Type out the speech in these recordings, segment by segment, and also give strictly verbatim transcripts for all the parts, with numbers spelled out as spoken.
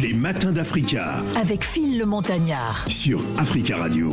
Les matins d'Africa. Avec Phil le Montagnard. Sur Africa Radio.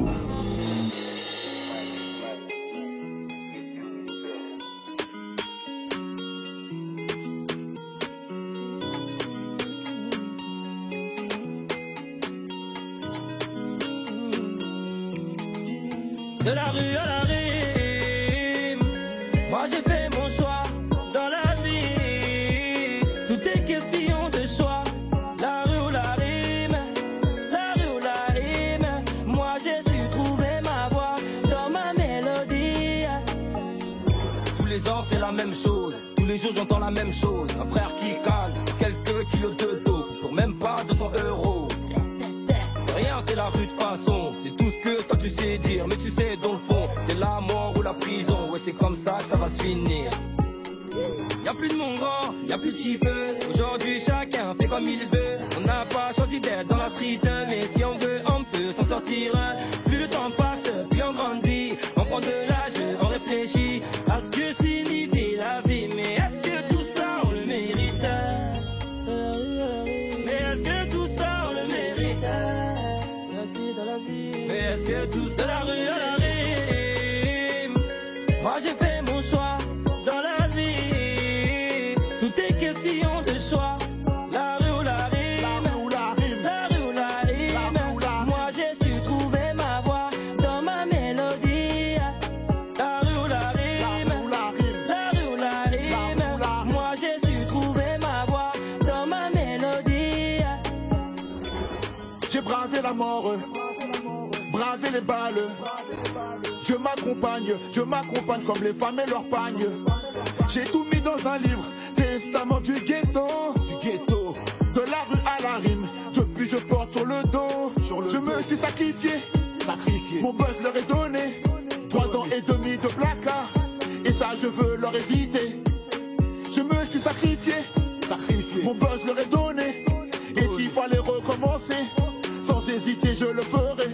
De la rue à la rime, moi j'ai fait mon choix dans la vie. Tout est question de choix. La rue ou la rime, la rue ou la rime. Moi j'ai su trouver ma voix dans ma mélodie. Tous les ans c'est la même chose, tous les jours j'entends la même chose. Un frère qui cale quelques kilos de dos pour même pas deux cents euros. C'est rien, c'est la rue de façon. C'est tout ce que toi tu sais dire, mais tu sais dans le fond, c'est la mort ou la prison. Ouais, c'est comme ça que ça va se finir. Y'a plus de mon grand, y'a plus de cheap. Aujourd'hui chacun fait comme il veut. On n'a pas choisi d'être dans la street, mais si on veut on peut s'en sortir. Plus le temps passe, plus on grandit. On prend de l'âge, on réfléchit à ce que signifie la vie. Mais est-ce que tout ça on le mérite? Mais est-ce que tout ça on le mérite? Mais est-ce que tout ça, la rue à la rime? Moi j'ai fait mon choix dans la vie. Tout est question de choix. La rue ou la rime, la rue ou la rime, la rue ou la rime. Moi j'ai su trouver ma voix dans ma mélodie. La rue ou la rime, la rue ou la rime. Moi j'ai su trouver ma voix dans ma mélodie. J'ai bravé la mort, braver les balles. Dieu m'accompagne, Dieu m'accompagne comme les femmes et leurs pagnes. J'ai tout mis dans un livre, testament du ghetto, du ghetto. De la rue à la rime, depuis je porte sur le dos. Sur le je dos. Me suis sacrifié, sacrifié. Mon buzz leur est donné, trois ans et demi de placard. Et ça je veux leur éviter. Je me suis sacrifié, sacrifié. Mon buzz leur est donné. Et s'il fallait recommencer, sans hésiter je le ferai.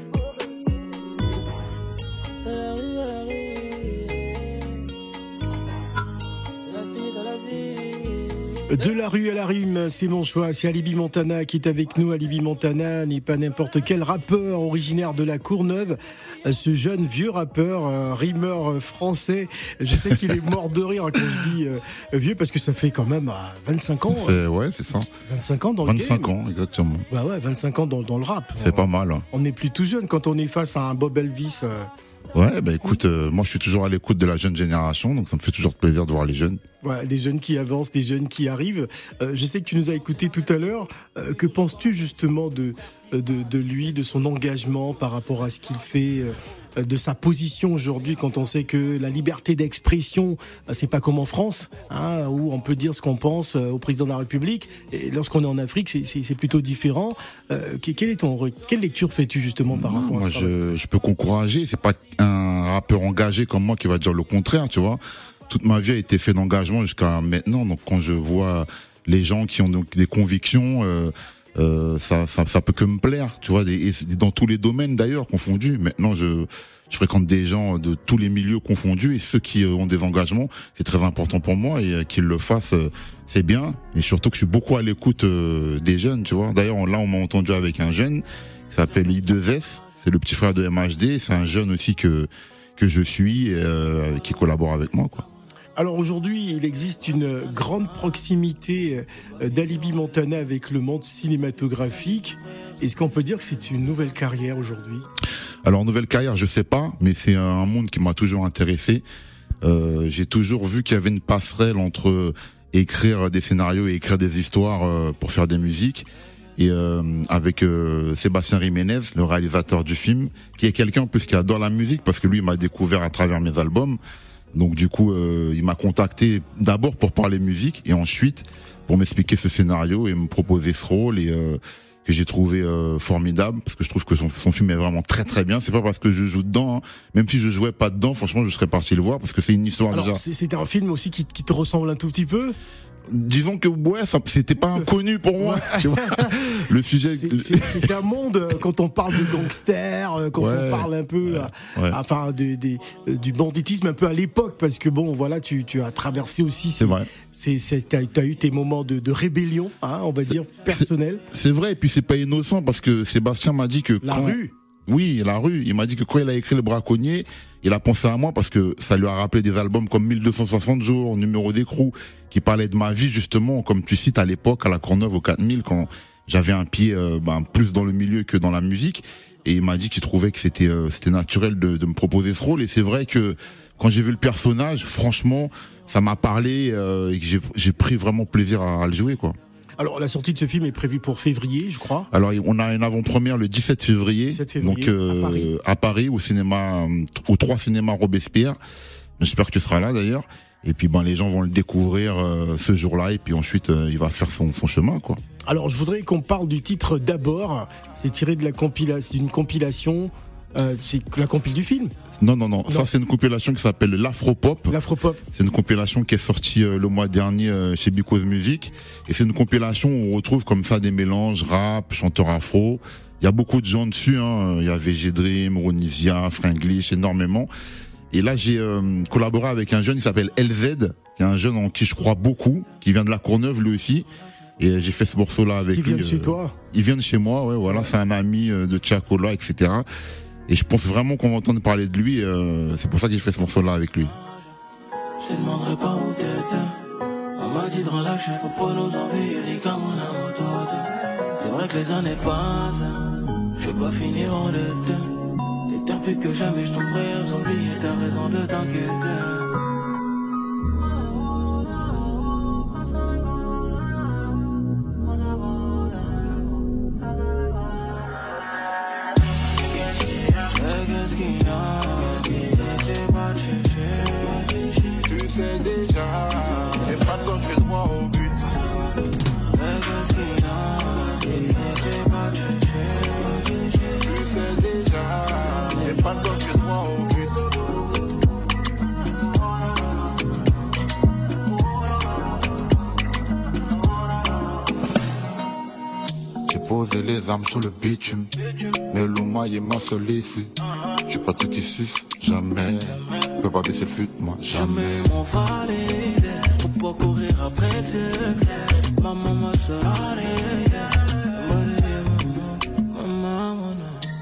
De la rue à la rime, c'est mon choix. C'est Alibi Montana qui est avec nous. Alibi Montana n'est pas n'importe quel rappeur originaire de la Courneuve. Ce jeune vieux rappeur, euh, rimeur français. Je sais qu'il est mort de rire quand je dis euh, vieux parce que ça fait quand même euh, vingt-cinq ans. Ça fait, ouais, c'est ça. vingt-cinq ans dans le game. vingt-cinq ans, exactement. Bah ouais, vingt-cinq ans dans, dans le rap. C'est on, pas mal. On n'est plus tout jeune quand on est face à un Bob Elvis. Euh, Ouais, bah écoute, euh, moi je suis toujours à l'écoute de la jeune génération, donc ça me fait toujours plaisir de voir les jeunes. Voilà, des jeunes qui avancent, des jeunes qui arrivent. Euh, je sais que tu nous as écouté tout à l'heure. Euh, que penses-tu justement de, de de lui, de son engagement par rapport à ce qu'il fait, euh, de sa position aujourd'hui, quand on sait que la liberté d'expression, euh, c'est pas comme en France, hein, où on peut dire ce qu'on pense euh, au président de la République. Et lorsqu'on est en Afrique, c'est, c'est, c'est plutôt différent. Euh, quelle est ton, quelle lecture fais-tu justement par non, rapport moi à ça? je, je peux qu'encourager. C'est pas un rappeur engagé comme moi qui va dire le contraire, tu vois. Toute ma vie a été fait d'engagement jusqu'à maintenant. Donc quand je vois les gens qui ont donc des convictions, euh, euh, ça, ça, ça peut que me plaire, tu vois. Et dans tous les domaines d'ailleurs confondus. Maintenant, je, je fréquente des gens de tous les milieux confondus et ceux qui ont des engagements, c'est très important pour moi et qu'ils le fassent, c'est bien. Et surtout que je suis beaucoup à l'écoute des jeunes, tu vois. D'ailleurs, là, on m'a entendu avec un jeune qui s'appelle I deux F. C'est le petit frère de M H D. C'est un jeune aussi que que je suis, euh, qui collabore avec moi, quoi. Alors aujourd'hui, il existe une grande proximité d'Alibi Montana avec le monde cinématographique. Est-ce qu'on peut dire que c'est une nouvelle carrière aujourd'hui? Alors nouvelle carrière, je sais pas, mais c'est un monde qui m'a toujours intéressé. Euh, j'ai toujours vu qu'il y avait une passerelle entre écrire des scénarios et écrire des histoires euh, pour faire des musiques. Et euh, avec euh, Sébastien Jiménez, le réalisateur du film, qui est quelqu'un en plus qui adore la musique parce que lui il m'a découvert à travers mes albums. Donc du coup, euh, il m'a contacté d'abord pour parler musique et ensuite pour m'expliquer ce scénario et me proposer ce rôle et euh, que j'ai trouvé euh, formidable parce que je trouve que son, son film est vraiment très très bien. C'est pas parce que je joue dedans, hein. Même si je jouais pas dedans, franchement, je serais parti le voir parce que c'est une histoire. Alors, déjà. C'était un film aussi qui, qui te ressemble un tout petit peu. Disons que ouais, ça, c'était pas inconnu pour moi, tu vois. le sujet. C'est, c'est, c'est un monde euh, quand on parle de gangsters, euh, quand Ouais, on parle un peu, ouais, euh, ouais. enfin, de, de, euh, du banditisme un peu à l'époque, parce que bon, voilà, tu, tu as traversé aussi. C'est vrai. C'est, c'est, t'as, t'as eu tes moments de, de rébellion, hein, on va dire personnels. C'est vrai, et puis c'est pas innocent parce que Sébastien m'a dit que La quand- rue. Oui, la rue. Il m'a dit que quand il a écrit Le Braconnier, il a pensé à moi parce que ça lui a rappelé des albums comme mille deux cent soixante jours, Numéro d'écrou, qui parlaient de ma vie justement, comme tu cites à l'époque à la Courneuve au quatre mille quand j'avais un pied euh, ben, plus dans le milieu que dans la musique. Et il m'a dit qu'il trouvait que c'était euh, c'était naturel de, de me proposer ce rôle. Et c'est vrai que quand j'ai vu le personnage, franchement, ça m'a parlé euh, et que j'ai, j'ai pris vraiment plaisir à, à le jouer, quoi. Alors, la sortie de ce film est prévue pour février, je crois. Alors, on a une avant-première le dix-sept février, dix-sept février, donc euh, à Paris. à Paris, au cinéma, euh, aux trois cinémas Robespierre. J'espère que tu seras là d'ailleurs. Et puis, ben, les gens vont le découvrir euh, ce jour-là, et puis ensuite, euh, il va faire son, son chemin, quoi. Alors, je voudrais qu'on parle du titre d'abord. C'est tiré de la compilation, d'une compilation. Euh, c'est la compile du film, Non, non, non, Non. Ça, c'est une compilation qui s'appelle l'Afropop. l'Afropop. C'est une compilation qui est sortie euh, le mois dernier euh, chez Because Music. Et c'est une compilation où on retrouve comme ça des mélanges rap, chanteurs afro. Il y a beaucoup de gens dessus, hein. Il y a V G Dream, Ronisia, Fringlish, énormément. Et là, j'ai euh, collaboré avec un jeune qui s'appelle L Z, qui est un jeune en qui je crois beaucoup, qui vient de la Courneuve lui aussi. Et euh, j'ai fait ce morceau-là avec Qui lui. vient de chez toi. Il vient de chez moi, ouais, voilà. C'est un ami euh, de Tchakola, et cetera. Et je pense vraiment qu'on va entendre parler de lui. Euh, c'est pour ça que j'ai fait ce morceau-là avec lui. Je te demanderai pas où t'étais. On m'a dit de relâcher, faut pas nous envier, ni comme on a moto. C'est vrai que les années passent, je vais pas finir en l'été. Les terres plus que jamais, je tomberai à oublier, t'as raison de t'inquiéter. Qu'est-ce qu'il y a? C'est pas chercher. Tu sais déjà, et pas quand tu es droit au but. Qu'est-ce qu'il y a? C'est pas chercher. Tu sais déjà, et pas quand tu es droit au but. J'ai posé les armes sur le bitume, mais l'eau maille m'a seul issue. J'suis pas de ceux qui sucent, jamais. Peux pas baisser le fut, moi, jamais. Jamais on valide, faut pas courir après le succès. Maman m'a solare, maman, maman,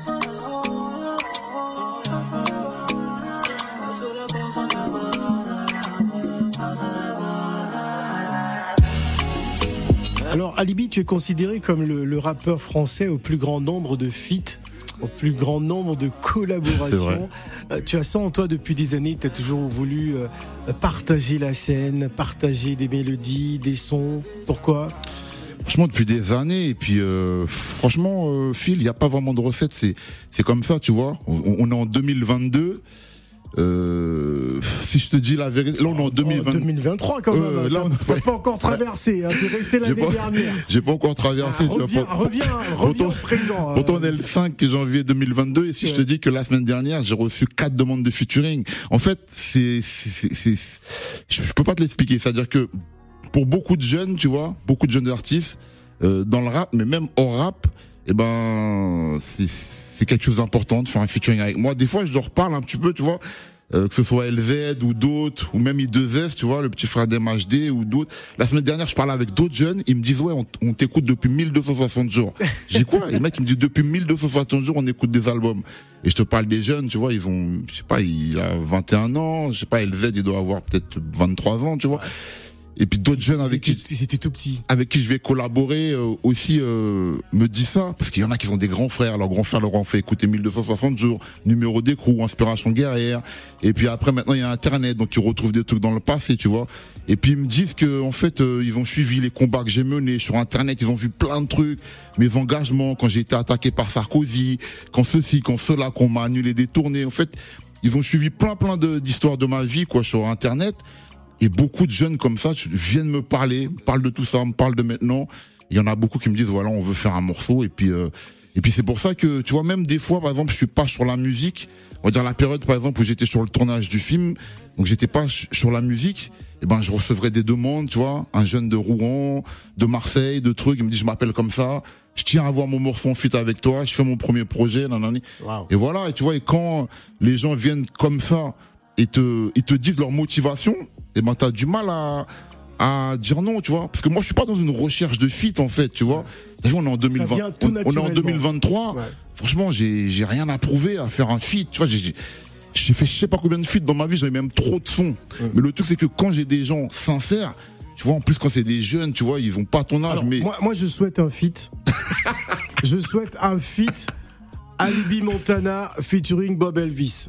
Alors, Alibi, tu es considéré comme le, le rappeur français au plus grand nombre de feats, au plus grand nombre de C'est collaborations. vrai. Euh, tu as ça en toi depuis des années, tu as toujours voulu euh, partager la scène, partager des mélodies, des sons. Pourquoi ? Franchement, depuis des années, et puis euh, franchement, euh, Phil, il n'y a pas vraiment de recette, c'est c'est comme ça, tu vois. On, on est en deux mille vingt-deux. Euh, si je te dis la vérité, là on est en deux mille vingt. En deux mille vingt-trois quand Euh, même. là, T'as- on- T'as ouais. pas encore traversé, hein, tu es resté l'année J'ai pas- dernière. J'ai pas encore traversé. Ah, tu vois, reviens, pour- reviens, reviens Pourtant- au présent. hein. Pourtant on est le cinq janvier deux mille vingt-deux et si je te Ouais. dis que la semaine dernière j'ai reçu quatre demandes de featuring. En fait, c'est c'est c'est c'est- je, je peux pas te l'expliquer. C'est-à-dire que pour beaucoup de jeunes, tu vois, beaucoup de jeunes artistes euh, dans le rap, mais même hors rap, eh ben c'est c'est quelque chose d'important de faire un featuring avec moi. Des fois je leur parle un petit peu, tu vois. Euh, que ce soit L Z ou d'autres, ou même I deux S, tu vois, le petit frère d'M H D ou d'autres. La semaine dernière, je parlais avec d'autres jeunes, ils me disent, ouais, on, on t'écoute depuis mille deux cent soixante jours. J'ai quoi? Les mecs, ils me disent, depuis mille deux cent soixante jours, on écoute des albums. Et je te parle des jeunes, tu vois, ils ont, je sais pas, il a vingt et un ans, je sais pas, L Z, il doit avoir peut-être vingt-trois ans, tu vois. Et puis d'autres jeunes avec qui, C'était c'était tout petit. avec qui je vais collaborer euh, aussi euh, me dit ça, parce qu'il y en a qui sont des grands frères, leurs grands frères leur ont fait écouter mille deux cent soixante jours, Numéro d'écrou, Inspiration guerrière, et puis après maintenant il y a Internet, donc tu retrouves des trucs dans le passé, tu vois, et puis ils me disent que en fait euh, ils ont suivi les combats que j'ai menés sur Internet, ils ont vu plein de trucs, mes engagements, quand j'ai été attaqué par Sarkozy, quand ceci, quand cela, qu'on m'a annulé des tournées, en fait ils ont suivi plein plein de, d'histoires de ma vie quoi sur Internet. Et beaucoup de jeunes comme ça viennent me parler, me parlent de tout ça, me parlent de maintenant. Il y en a beaucoup qui me disent voilà, on veut faire un morceau. Et puis euh, Et puis c'est pour ça que, tu vois, même des fois, par exemple, je suis pas sur la musique. On va dire la période, par exemple, où j'étais sur le tournage du film, donc j'étais pas ch- sur la musique. Et ben, je recevrais des demandes, tu vois, un jeune de Rouen, de Marseille, de trucs. Il me dit, je m'appelle comme ça. Je tiens à voir mon morceau en feat avec toi. Je fais mon premier projet, nanani. Wow. Et voilà. Et tu vois, et quand les gens viennent comme ça et te, ils te disent leur motivation, et ben, t'as du mal à, à dire non, tu vois. Parce que moi, je suis pas dans une recherche de feat, en fait, tu vois. T'as vu, on est en deux mille vingt, vient tout on, on est en deux mille vingt-trois. Ouais. Franchement, j'ai, j'ai rien à prouver à faire un feat, tu vois. J'ai, j'ai fait je sais pas combien de feats dans ma vie, j'avais même trop de sons. Ouais. Mais le truc, c'est que quand j'ai des gens sincères, tu vois, en plus, quand c'est des jeunes, tu vois, ils ont pas ton âge, Alors, mais. Moi, moi, je souhaite un feat. Je souhaite un feat Alibi Montana featuring Bob Elvis.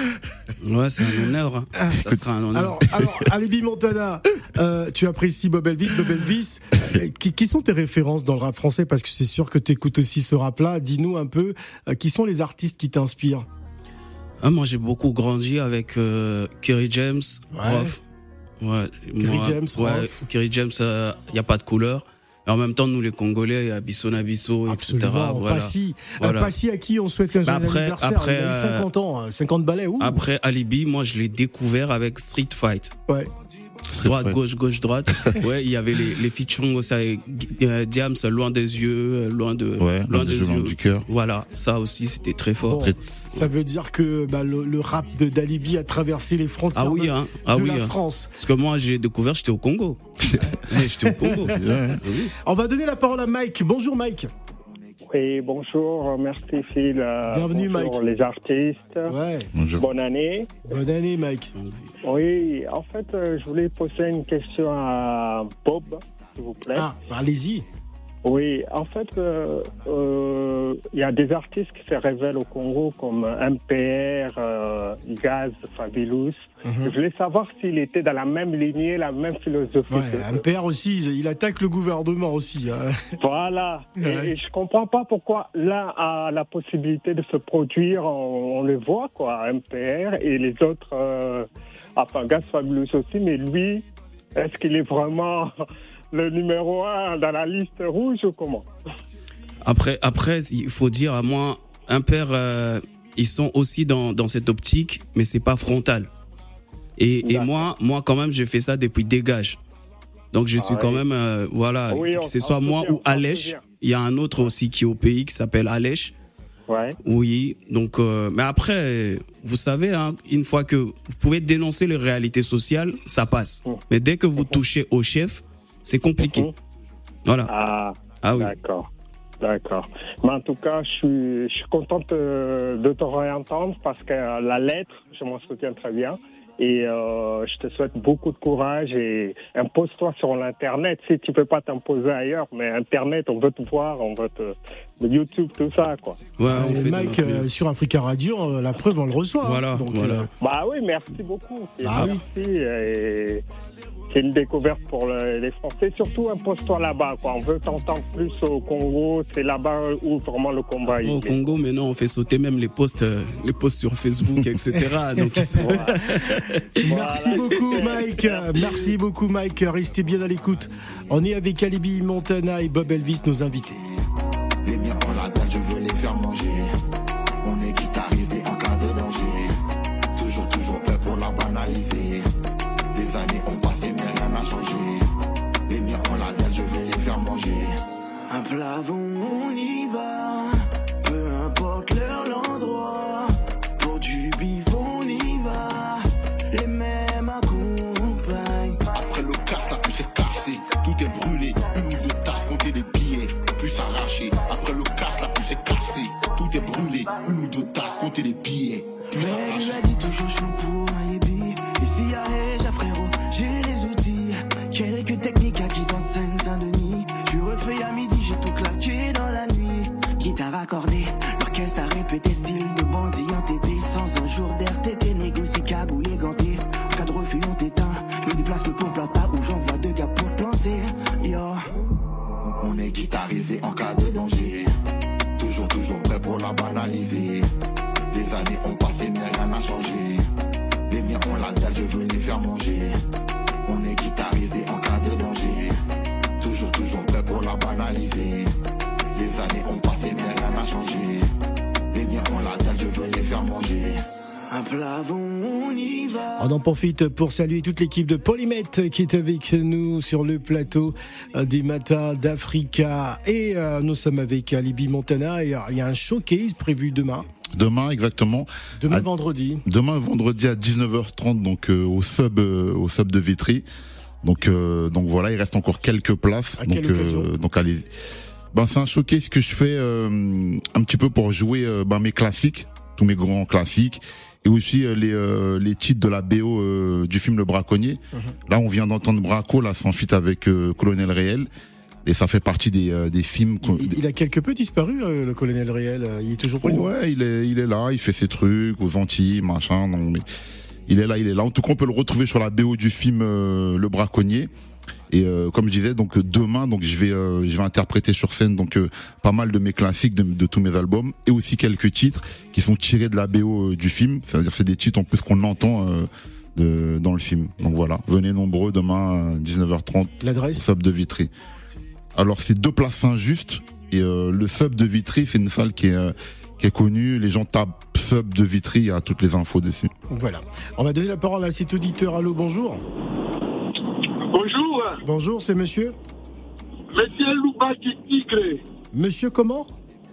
Ouais, c'est un honneur. Hein. Ah, ça sera un honneur. Alors, alors Alibi Montana, euh, tu apprécies Bob Elvis. Bob Elvis, qui, qui sont tes références dans le rap français? Parce que c'est sûr que tu écoutes aussi ce rap-là. Dis-nous un peu, euh, qui sont les artistes qui t'inspirent? Ah, moi, j'ai beaucoup grandi avec euh, Kerry James, Ouais. Rof. Ouais, Kerry moi, James, ouais, Rof. Kerry James, il euh, n'y a pas de couleur. Et en même temps, nous, les Congolais, Abisso Nabisso, et cetera. Absolument. Voilà. Passy, Voilà. euh, Passy à qui on souhaite un Bah joyeux après- anniversaire. après, Il a eu euh, cinquante ans, hein, cinquante balais. Ouh. Après Alibi, moi, je l'ai découvert avec Street Fight. Ouais. Droite, Fight. gauche, gauche, droite. Ouais, il y avait les, les featuring aussi avec euh, Diams, loin des yeux, loin de, Ouais, loin des des yeux, loin yeux. du cœur. Voilà, ça aussi, c'était très fort. Bon, ça veut dire que bah, le, le rap de d'Alibi a traversé les frontières Ah oui, de, hein. Ah de oui, la hein. France. Parce que moi, j'ai découvert, j'étais au Congo. Ouais, j'étais au Congo. Ouais. On va donner la parole à Mike. Bonjour Mike. Oui, bonjour, merci Phil. euh, Bienvenue, bonjour Mike. les artistes. Ouais. Bonjour. Bonne année. Bonne année Mike. Oui, en fait, euh, je voulais poser une question à Bob, s'il vous plaît. Ah, allez-y. Oui, en fait, il euh, euh, y a des artistes qui se révèlent au Congo comme M P R, euh, Gaz, Fabulous. Mhm. Je voulais savoir s'il était dans la même lignée, la même philosophie. Ouais, que- M P R aussi, il attaque le gouvernement aussi. hein. Voilà. Ouais. Et, et je comprends pas pourquoi l'un a la possibilité de se produire, on, on le voit, quoi, M P R, et les autres, euh, enfin, Gaz Fabulous aussi, mais lui, est-ce qu'il est vraiment le numéro un dans la liste rouge ou comment? Après, après, il faut dire à moi, un père, euh, ils sont aussi dans, dans cette optique, mais c'est pas frontal. Et, et D'accord. moi, moi, quand même, j'ai fait ça depuis Dégage. Donc, je Ah suis quand oui. même, euh, voilà, Oui, on- que ce on soit se moi souvient, ou on se Alèche. souvient. Il y a un autre aussi qui est au pays qui s'appelle Alèche. Ouais. Oui, donc, euh, mais après, vous savez, hein, une fois que vous pouvez dénoncer les réalités sociales, ça passe. Mmh. Mais dès que vous touchez au chef, c'est compliqué. Mmh. Voilà. Ah, Ah oui. d'accord. D'accord. Mais en tout cas, je suis, je suis contente euh, de te réentendre parce que euh, la lettre, je m'en souviens très bien. Et euh, je te souhaite beaucoup de courage et impose-toi sur l'Internet. Si tu peux pas t'imposer ailleurs, mais Internet, on veut te voir, on veut te... YouTube, tout ça, quoi. Ouais, on Euh, fait de Mike, notre mieux. euh, sur Africa Radio, euh, la preuve, on le reçoit. hein. Voilà, Donc, voilà. euh, Bah oui, merci beaucoup. Et Bah oui. merci. Et c'est une découverte pour le- les Français. Surtout, impose-toi là-bas, quoi. On veut t'entendre plus au Congo. C'est là-bas où vraiment le combat il Au est. Congo, maintenant, on fait sauter même les posts, euh, les posts sur Facebook, et cetera. Donc, ils sont... Merci Voilà, beaucoup super. Mike. Merci beaucoup Mike. Restez bien à l'écoute. On est avec Alibi Montana et Bob Elvis, nos invités. Les miens ont la dalle, je veux les faire manger. On est quitte à arriver en cas de danger. Toujours, toujours prêt pour la banaliser. Les années ont passé, mais rien n'a changé. Les miens ont la dalle, je veux les faire manger. Un plafond, on y va. Peu importe l'heure, l'endroit. Pour du bif, on y va. Les mêmes accompagnent. Après le casse, la puce est cassée. Tout est brûlé. Une ou deux tasses, compter les billets. Plus arraché. Après le casse, la puce est cassée. Tout est brûlé. Une ou deux tasses, compter les billets. Plus arraché. Mais dit toujours chaud pour un yébi. Ici à Réja frérot, j'ai les outils. Quelques techniques acquises en Seine-Saint-Denis. Je refais à midi, j'ai tout claqué dans la nuit. Guitare accordée, l'orchestre a répété style de bandit entêté. Sans un jour d'air, t'étais négocié, cagoulé, ganté. En cas de refus, on t'éteint. Je me déplace que pour plata où j'envoie deux gars pour planter. Yo. On est quitte à arriver en cas de danger. Toujours, toujours prêt pour la banaliser. Les années ont passé, mais rien n'a changé. Les miens ont la dalle, je veux les faire manger. On est quitte à arriver en cas de danger. Toujours, toujours prêt pour la banaliser. Les années ont passé mais rien n'a changé. Les miens ont la dalle, je veux les faire manger. Un plafond, on y va. On en profite pour saluer toute l'équipe de Polymètre qui est avec nous sur le plateau des matins d'Africa. Et euh, nous sommes avec Alibi Montana et il y a un showcase prévu demain. Demain, exactement. Demain à, vendredi. Demain vendredi à dix-neuf heures trente, donc euh, au sub, euh, au sub de Vitry. Donc, euh, donc voilà, il reste encore quelques places. À donc, quelle occasion euh, donc allez. Ben c'est un showcase que je fais euh, un petit peu pour jouer euh, ben, mes classiques, tous mes grands classiques. Et aussi euh, les euh, les titres de la B O euh, du film Le Braconnier. Mm-hmm. Là, on vient d'entendre Braco, là, sans feat avec euh, Colonel Réel. Et ça fait partie des euh, des films. Il, il a quelque peu disparu, euh, le Colonel Réel. Il est toujours présent. Ouais, il est il est là, il fait ses trucs aux Antilles, machin. Non, mais il est là, il est là. En tout cas, on peut le retrouver sur la B O du film euh, Le Braconnier. Et euh, comme je disais, donc demain, donc je vais euh, je vais interpréter sur scène donc euh, pas mal de mes classiques de, de tous mes albums et aussi quelques titres qui sont tirés de la B O euh, du film. C'est-à-dire c'est des titres en plus qu'on entend euh, de, dans le film. Donc voilà, venez nombreux demain à dix-neuf heures trente. L'adresse Sub de Vitry. Alors c'est deux places Saint-Just et euh, le Sub de Vitry, c'est une salle qui est euh, qui est connue. Les gens tapent Sub de Vitry, il y a toutes les infos dessus. Voilà. On va donner la parole à cet auditeur. Allô, bonjour. Bonjour. Bonjour, c'est monsieur Monsieur Loubaki Tigre. Monsieur comment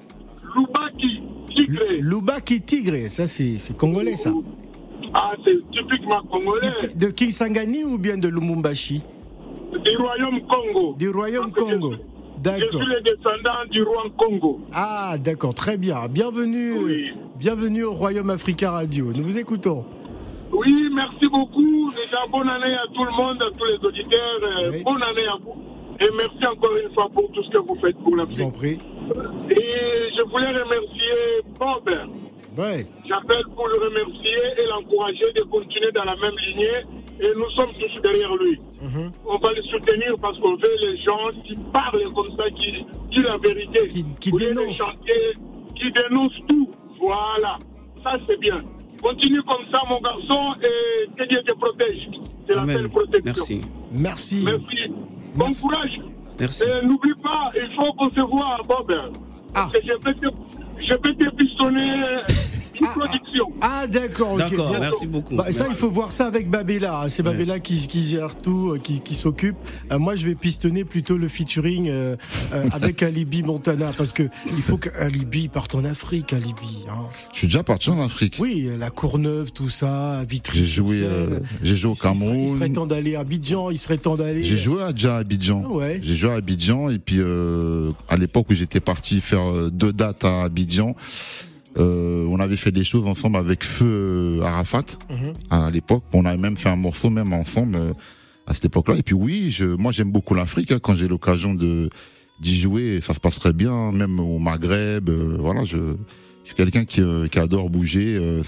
Loubaki Tigre. Loubaki Tigre, ça c'est, c'est congolais ça. Ah, c'est typiquement congolais. De Kisangani ou bien de Lumumbashi? Du Royaume Congo. Du Royaume Donc, Congo. Je, d'accord. je suis le descendant du roi Congo. Ah, d'accord, très bien. Bienvenue, oui. bienvenue au Royaume Africa Radio. Nous vous écoutons. Oui, merci beaucoup. Déjà, bonne année à tout le monde, à tous les auditeurs. Oui. Bonne année à vous. Et merci encore une fois pour tout ce que vous faites pour l'Afrique. Je vous en prie. Et je voulais remercier Bob. Ouais. J'appelle pour le remercier et l'encourager de continuer dans la même lignée. Et nous sommes tous derrière lui. Mm-hmm. On va le soutenir parce qu'on veut les gens qui parlent comme ça, qui disent la vérité. Qui, qui dénoncent. Chanter, qui dénoncent tout. Voilà. Ça, c'est bien. Continue comme ça, mon garçon, et que Dieu te protège. C'est la belle protection. Merci. Merci. Merci. Bon Merci. courage. Merci. Et n'oublie pas, il faut qu'on se voit à Bob. Ah. Parce que je peux te, je peux te pistonner une ah, production. Ah, ah d'accord, ok. D'accord, bon. merci beaucoup. Bah, merci. Ça, il faut voir ça avec Babella. C'est Babella ouais. qui, qui gère tout, qui, qui s'occupe. Euh, moi, je vais pistonner plutôt le featuring euh, euh, avec Alibi Montana. Parce que il faut qu'Alibi parte en Afrique, Alibi. Hein. Je suis déjà parti en Afrique. Oui, la Courneuve, tout ça, Vitry. J'ai joué, euh, j'ai joué au Cameroun. Il serait, il serait temps d'aller à Abidjan, il serait temps d'aller. J'ai joué à, déjà à Abidjan. Ah ouais. J'ai joué à Abidjan et puis euh, à l'époque où j'étais parti faire deux dates à Abidjan, euh, on avait fait des choses ensemble avec Feu Arafat mm-hmm. à l'époque. On avait même fait un morceau même ensemble euh, à cette époque-là. Et puis oui, je, moi j'aime beaucoup l'Afrique hein, quand j'ai l'occasion de d'y jouer. Ça se passe très bien, même au Maghreb. Euh, voilà, je, je suis quelqu'un qui, euh, qui adore bouger. Euh,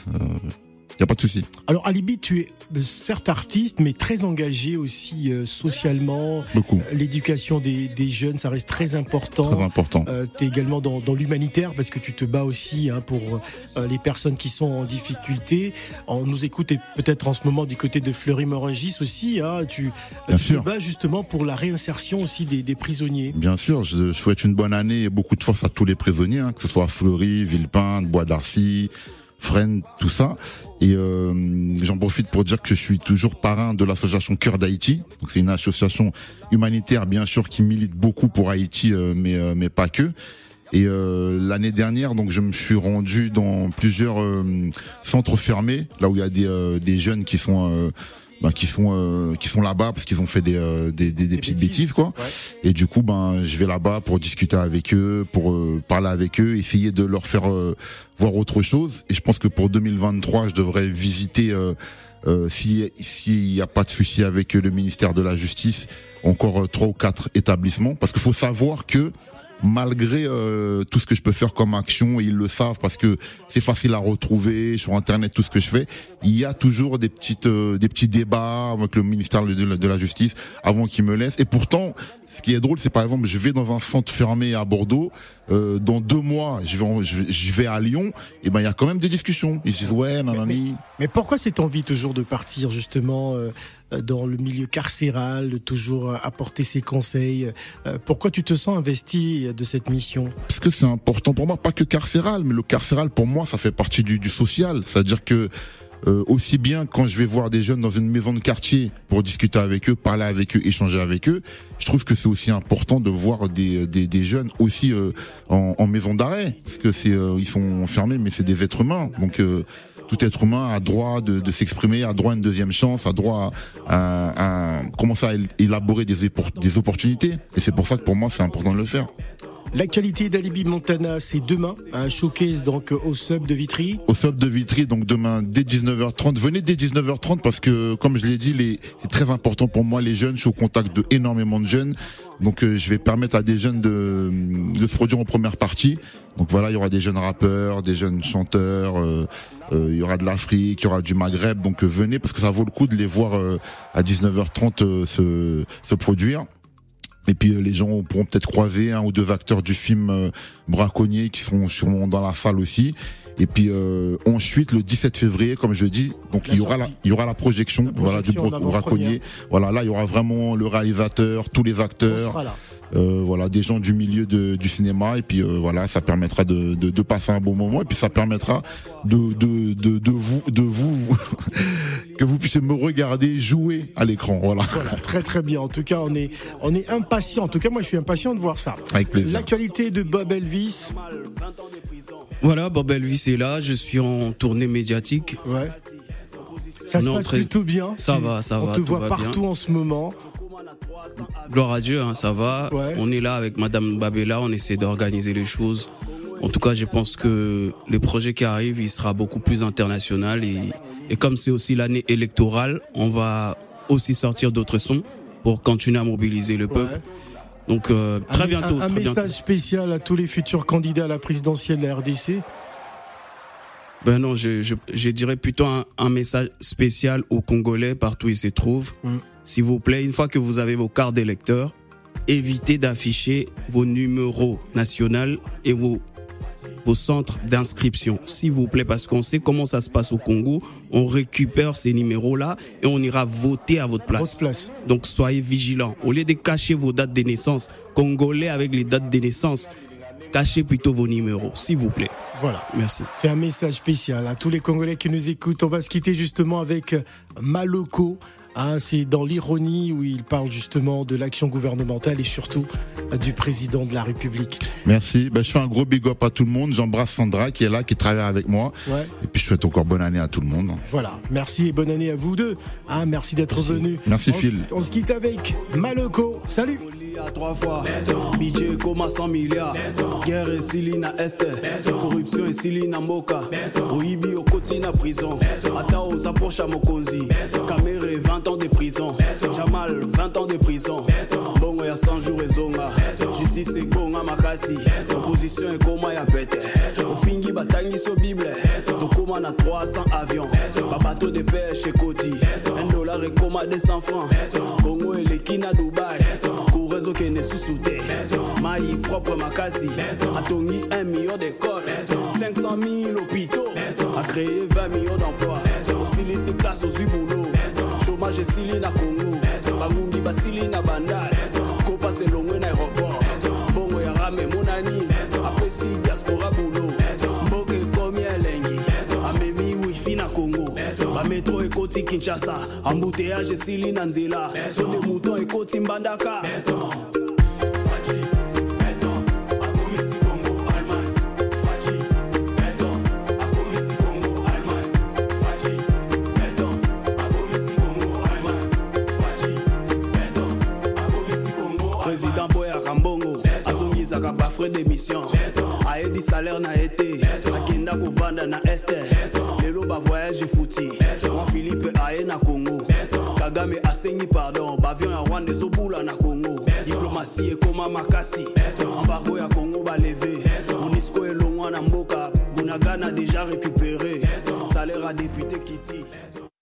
Il n'y a pas de souci. Alors Alibi, tu es certes artiste, mais très engagé aussi euh, socialement. Beaucoup. Euh, l'éducation des, des jeunes, ça reste très important. Très important. Euh, tu es également dans, dans l'humanitaire parce que tu te bats aussi hein, pour euh, les personnes qui sont en difficulté. On nous écoute et peut-être en ce moment du côté de Fleury-Mérogis aussi. Hein, tu Bien tu sûr. te bats justement pour la réinsertion aussi des, des prisonniers. Bien sûr, je souhaite une bonne année et beaucoup de force à tous les prisonniers, hein, que ce soit à Fleury, Villepinte, Bois d'Arcy, Fresnes, tout ça. Et euh, j'en profite pour dire que je suis toujours parrain de l'association Cœur d'Haïti. Donc c'est une association humanitaire bien sûr qui milite beaucoup pour Haïti, euh, mais euh, mais pas que. Et euh, l'année dernière, donc je me suis rendu dans plusieurs euh, centres fermés, là où il y a des euh, des jeunes qui sont euh, ben, qui sont euh, qui sont là-bas parce qu'ils ont fait des euh, des, des, des petites bêtises, bêtises quoi. Ouais. Et du coup, ben je vais là-bas pour discuter avec eux, pour euh, parler avec eux, essayer de leur faire euh, voir autre chose. Et je pense que pour deux mille vingt-trois, je devrais visiter euh, euh, si s'il y a pas de souci avec le ministère de la Justice, encore trois ou quatre établissements, parce qu'il faut savoir que malgré euh, tout ce que je peux faire comme action, et ils le savent parce que c'est facile à retrouver sur internet, tout ce que je fais, il y a toujours des petites euh, des petits débats avec le ministère de la, de la Justice avant qu'ils me laissent. Et pourtant Ce qui est drôle, c'est par exemple, je vais dans un centre fermé à Bordeaux, euh, dans deux mois, je vais, en, je, vais, je vais à Lyon, et ben il y a quand même des discussions. Ils se disent ouais, nanani. Mais, mais, mais pourquoi cette envie toujours de partir justement euh, dans le milieu carcéral, de toujours apporter ses conseils? euh, Pourquoi tu te sens investi de cette mission? Parce que c'est important pour moi, pas que carcéral, mais le carcéral pour moi, ça fait partie du, du social. C'est-à-dire que Euh, aussi bien quand je vais voir des jeunes dans une maison de quartier pour discuter avec eux, parler avec eux, échanger avec eux, je trouve que c'est aussi important de voir des des, des jeunes aussi euh, en, en maison d'arrêt, parce que c'est euh, ils sont enfermés, mais c'est des êtres humains. Donc euh, tout être humain a droit de, de s'exprimer, a droit à une deuxième chance, a droit à, à, à commencer à élaborer des, des opportunités. Et c'est pour ça que pour moi c'est important de le faire. L'actualité d'Alibi Montana, c'est demain, un showcase donc au Sub de Vitry. Au Sub de Vitry, donc demain dès dix-neuf heures trente. Venez dès dix-neuf heures trente parce que, comme je l'ai dit, les, c'est très important pour moi, les jeunes. Je suis au contact de énormément de jeunes. Donc euh, je vais permettre à des jeunes de, de se produire en première partie. Donc voilà, il y aura des jeunes rappeurs, des jeunes chanteurs, euh, euh, il y aura de l'Afrique, il y aura du Maghreb. Donc euh, venez parce que ça vaut le coup de les voir euh, à dix-neuf heures trente euh, se, se produire. Et puis euh, les gens pourront peut-être croiser un ou deux acteurs du film euh, Braconnier qui seront sûrement dans la salle aussi. Et puis euh, ensuite le dix-sept février, comme je dis, donc la il y aura la, il y aura la projection, la projection voilà du Braconnier. Voilà, là il y aura vraiment le réalisateur, tous les acteurs. Euh, voilà, des gens du milieu de, du cinéma, et puis euh, voilà, ça permettra de, de, de passer un bon moment, et puis ça permettra de, de, de, de vous, de vous, que vous puissiez me regarder jouer à l'écran. Voilà. Voilà, très très bien. En tout cas, on est, on est impatient. En tout cas, moi, je suis impatient de voir ça. Avec plaisir. L'actualité de Bob Elvis. Voilà, Bob Elvis est là. Je suis en tournée médiatique. Ouais. Ça se passe plutôt bien. Ça va, ça va. On te voit partout bien. En ce moment. Gloire à Dieu, hein, ça va. Ouais. On est là avec Madame Babella, on essaie d'organiser les choses. En tout cas, je pense que le projet qui arrive, il sera beaucoup plus international. Et, et comme c'est aussi l'année électorale, on va aussi sortir d'autres sons pour continuer à mobiliser le peuple. Ouais. Donc euh, très un, bientôt. Un, un très message bientôt. spécial à tous les futurs candidats à la présidentielle de la R D C. Ben non, je, je, je dirais plutôt un, un message spécial aux Congolais partout où ils se trouvent. Mm. S'il vous plaît, une fois que vous avez vos cartes d'électeurs, évitez d'afficher vos numéros nationaux et vos, vos centres d'inscription. S'il vous plaît, parce qu'on sait comment ça se passe au Congo. On récupère ces numéros-là et on ira voter à votre place. Votre place. Donc soyez vigilants. Au lieu de cacher vos dates de naissance, Congolais avec les dates de naissance, cachez plutôt vos numéros, s'il vous plaît. Voilà. Merci. C'est un message spécial à tous les Congolais qui nous écoutent. On va se quitter justement avec Maloko. Hein, c'est dans l'ironie où il parle justement de l'action gouvernementale et surtout du président de la République. Merci. Ben, je fais un gros big up à tout le monde. J'embrasse Sandra qui est là, qui travaille avec moi. Ouais. Et puis je souhaite encore bonne année à tout le monde. Voilà. Merci et bonne année à vous deux. Hein, merci d'être venus. Merci on Phil. S- on se quitte avec Maloko. Salut. À trois fois, budget comme à cent milliards. Guerre et Silina Est, corruption et Silina Moka. Oibi au quotidien prison. Ata aux approches à Mokonzi. Kamere vingt ans de prison. Jamal vingt ans de prison. Bongo ya cent jours et zonga. Justice et gonga makasi. Opposition et koma ya bête. Ofingi batangi so Bible. Tokoma na trois cents avions. Pas bateau de pêche et Koti. Un dollar et coma deux cents francs. Congo et les Kina Dubaï. Réseau qui n'est sous-souté, maï propre makasi, a tongi un million d'écoles, cinq cent mille hôpitaux, a créé vingt millions d'emplois, aussi laissé place aux boulot, chômage et sili na Congo, bangungi basili na bandal, kopa c'est long na aéroport, bongo ya rame monani, après si diaspora boulot, mboke komi elengi, amemi wifi na Congo, ba métro et koti Kinshasa, embouteillage et sili na nzela, so des moutons et koti mbandaka. Président Boya Rambongo, azongizaka bafrais d'émission. Aedi salaire na été, akenda kovanda na este. Lelo ba voyage fouti, Juan Philippe aye na Congo. Kagame asengi pardon, bavion ya Rwanda ezobula na Congo. Diplomatie ekoma makasi, embargo ya Congo ba levé. Monisco elongwa na mboka, Bunagana déjà récupéré. Salaire à député Kiti.